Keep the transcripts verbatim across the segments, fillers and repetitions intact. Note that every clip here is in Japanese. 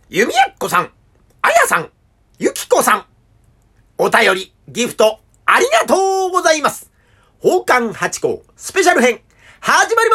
弓矢っこさん、あやさん、ゆきこさん、お便り、ギフト、ありがとうございます。宝冠八甲スペシャル編、始まります。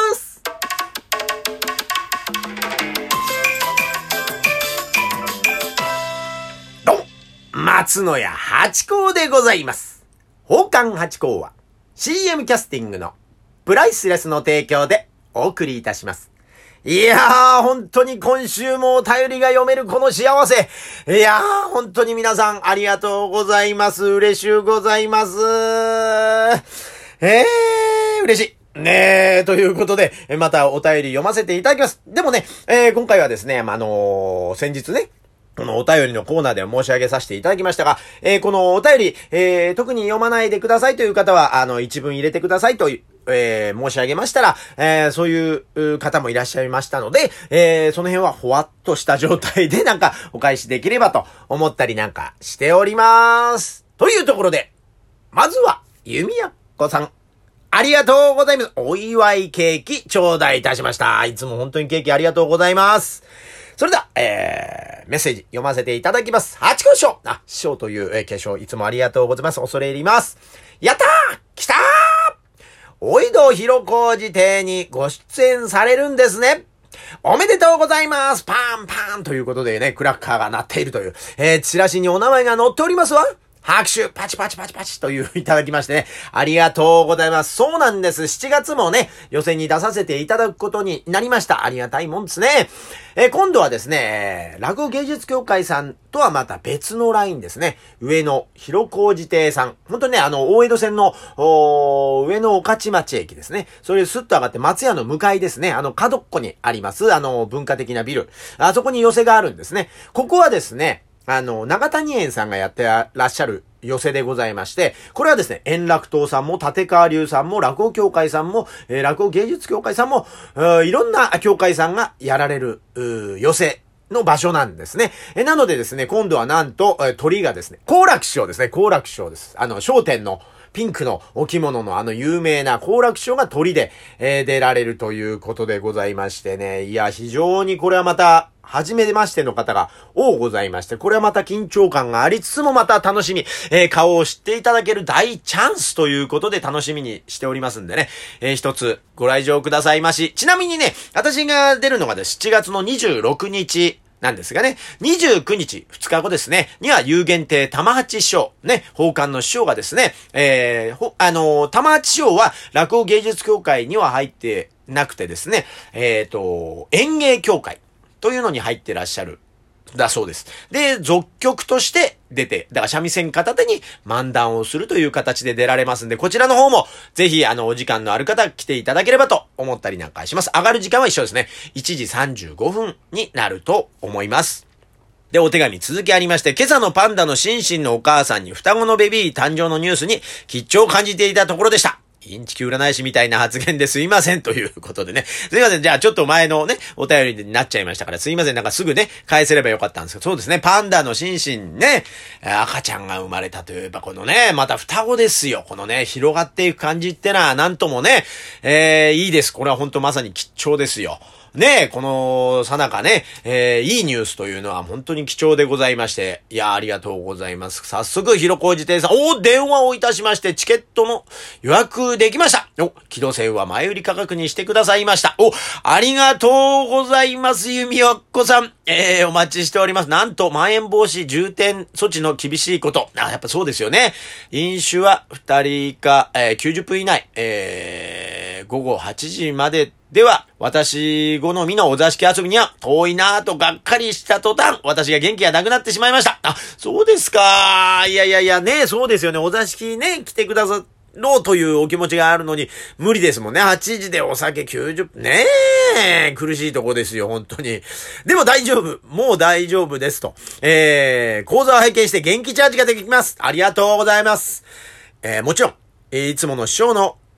どうも、松野屋八甲でございます。宝冠八甲は シーエム キャスティングのプライスレスの提供でお送りいたします。いやー、本当に今週もお便りが読めるこの幸せ。いやー、本当に皆さんありがとうございます。嬉しゅうございます。えー、嬉しい。ねえ、ということで、またお便り読ませていただきます。でもね、えー、今回はですね、あのー、先日ね、このお便りのコーナーでは申し上げさせていただきましたが、えー、このお便り、えー、特に読まないでくださいという方は、あの、一文入れてくださいという、えー、申し上げましたら、えー、そういう方もいらっしゃいましたので、えー、その辺はほわっとした状態でなんかお返しできればと思ったりなんかしております。というところで、まずは、弓矢っこさん。ありがとうございます。お祝いケーキ頂戴いたしました。いつも本当にケーキありがとうございます。それでは、えー、メッセージ読ませていただきます。八甲師匠。あ、師匠という、えー、化粧いつもありがとうございます。恐れ入ります。やったー来たーおいどひろこうじ亭にご出演されるんですね。おめでとうございます。パンパンということでね、クラッカーが鳴っているという、えー、チラシにお名前が載っておりますわ。拍手、パチパチパチパチといういただきましてね、ありがとうございます。そうなんです。しちがつもね、予選に出させていただくことになりました。ありがたいもんですね。えー、今度はですね、落語芸術協会さんとはまた別のラインですね。上野広小路亭さん。本当にね、あの、大江戸線の、上野御徒町駅ですね。それでスッと上がって松屋の向かいですね。あの、角っこにあります、あの、文化的なビル。あそこに寄席があるんですね。ここはですね、あの、長谷園さんがやってらっしゃる寄席でございまして、これはですね、円楽堂さんも、立川流さんも、落語協会さんも、えー、落語芸術協会さんも、いろんな協会さんがやられる、寄席の場所なんですね。え、なのでですね、今度はなんと、えー、鳥がですね、好楽師匠ですね、好楽師匠です。あの、笑点の、ピンクのお着物のあの有名な好楽師匠が鳥で、えー、出られるということでございましてね。いや、非常にこれはまた、初めましての方が多ございまして、これはまた緊張感がありつつもまた楽しみ、えー、顔を知っていただける大チャンスということで楽しみにしておりますんでね。えー、一つご来場くださいまし。ちなみにね、私が出るのがね、しちがつのにじゅうろくにち、なんですがね、にじゅうくにち、ふつかごですね、には有限亭玉八師匠、ね、宝冠の師匠がですね、えー、ほ、あのー、玉八師匠は落語芸術協会には入ってなくてですね、えっと、演芸協会というのに入ってらっしゃる。だそうです。で、俗曲として出て、だから三味線片手に漫談をするという形で出られますんで、こちらの方もぜひあのお時間のある方来ていただければと思ったりなんかします。上がる時間は一緒ですね。いちじさんじゅうごふんになると思います。で、お手紙続きありまして、今朝のパンダのシンシンのお母さんに双子のベビー誕生のニュースに吉兆を感じていたところでした。インチキ占い師みたいな発言ですいませんということでね。すいません。じゃあちょっと前のね、お便りになっちゃいましたからすいません。なんかすぐね、返せればよかったんですけど、そうですね。パンダのシンシンね、赤ちゃんが生まれたといえばこのね、また双子ですよ。このね、広がっていく感じってのはなんともね、えー、いいです。これは本当まさに吉兆ですよ。ねえ、この、さなかね、えー、いいニュースというのは本当に貴重でございまして、いや、ありがとうございます。早速、広小路亭さん、お電話をいたしまして、チケットの予約できました。お、木戸線は前売り価格にしてくださいました。お、ありがとうございます、弓矢っこさん。えー、お待ちしております。なんと、まん延防止重点措置の厳しいこと。あ、やっぱそうですよね。飲酒はふたり以下、えー、きゅうじゅっぷん以内、えー、ごごはちじまで、では、私好みのお座敷遊びには遠いなぁとがっかりした途端、私が元気がなくなってしまいました。あ、そうですか。いやいやいやね、そうですよね。お座敷ね、来てくださろうというお気持ちがあるのに、無理ですもんね。はちじでお酒きゅうじゅっぷん。ねえ、苦しいとこですよ、本当に。でも大丈夫。もう大丈夫ですと。えー、講座を拝見して元気チャージができます。ありがとうございます。えー、もちろん、いつもの師匠の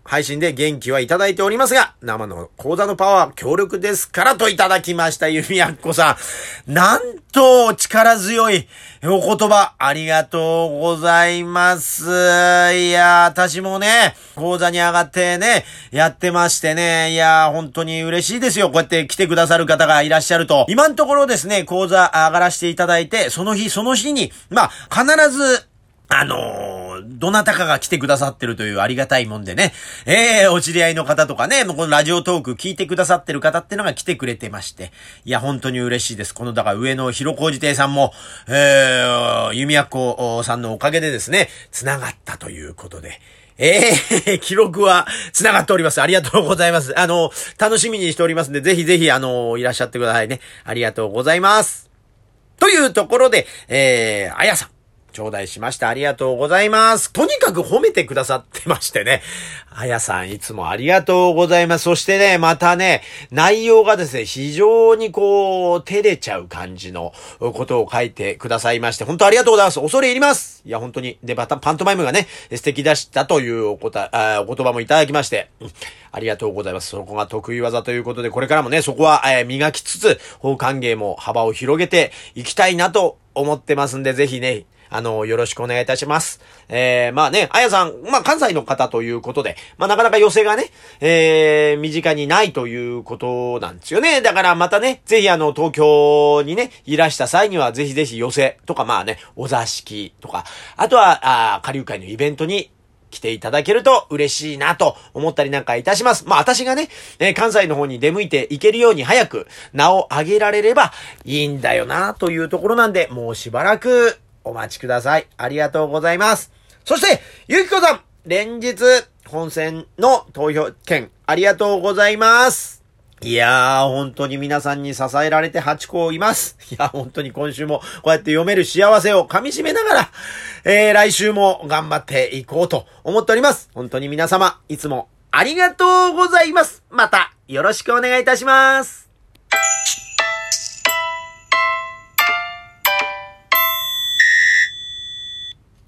配信で元気はいただいておりますが、生の講座のパワー強力ですからといただきました、ゆみやっこさん。なんと力強いお言葉、ありがとうございます。いや、私もね、講座に上がってね、やってましてね、いや、本当に嬉しいですよ。こうやって来てくださる方がいらっしゃると。今のところですね、講座上がらせていただいて、その日その日に、まあ、必ず、あのー、どなたかが来てくださってるというありがたいもんでね。ええー、お知り合いの方とかね、もうこのラジオトーク聞いてくださってる方ってのが来てくれてまして。いや、本当に嬉しいです。この、だから上の広小路亭さんも、えー、弓矢子さんのおかげでですね、繋がったということで。ええー、記録は繋がっております。ありがとうございます。あの、楽しみにしておりますんで、ぜひぜひ、あの、いらっしゃってくださいね。ありがとうございます。というところで、えー、あやさん。頂戴しました。ありがとうございます。とにかく褒めてくださってましてね。あやさんいつもありがとうございます。そしてね、またね、内容がですね、非常にこう、照れちゃう感じのことを書いてくださいまして、本当ありがとうございます。恐れ入ります。いや、本当に。で、またパントマイムがね、素敵でしたというお答え、あ、お言葉もいただきまして、うん、ありがとうございます。そこが得意技ということで、これからもね、そこは、えー、磨きつつ、法歓迎も幅を広げていきたいなと思ってますんで、ぜひね、あの、よろしくお願いいたします。えー、まあね、あやさん、まあ関西の方ということで、まあなかなか寄せがね、えー、身近にないということなんですよね。だからまたね、ぜひあの、東京にね、いらした際には、ぜひぜひ寄せとか、まあね、お座敷とか、あとは、あ下流会のイベントに、来ていただけると嬉しいなと思ったりなんかいたします。まあ私がね、えー、関西の方に出向いていけるように早く名を上げられればいいんだよなというところなんで、もうしばらくお待ちください。ありがとうございます。そして、ゆきこさん、連日本選の投票券ありがとうございます。いやー、本当に皆さんに支えられてはちこいます。いや、本当に今週もこうやって読める幸せを噛み締めながら、えー、来週も頑張っていこうと思っております。本当に皆様、いつもありがとうございます。また、よろしくお願いいたします。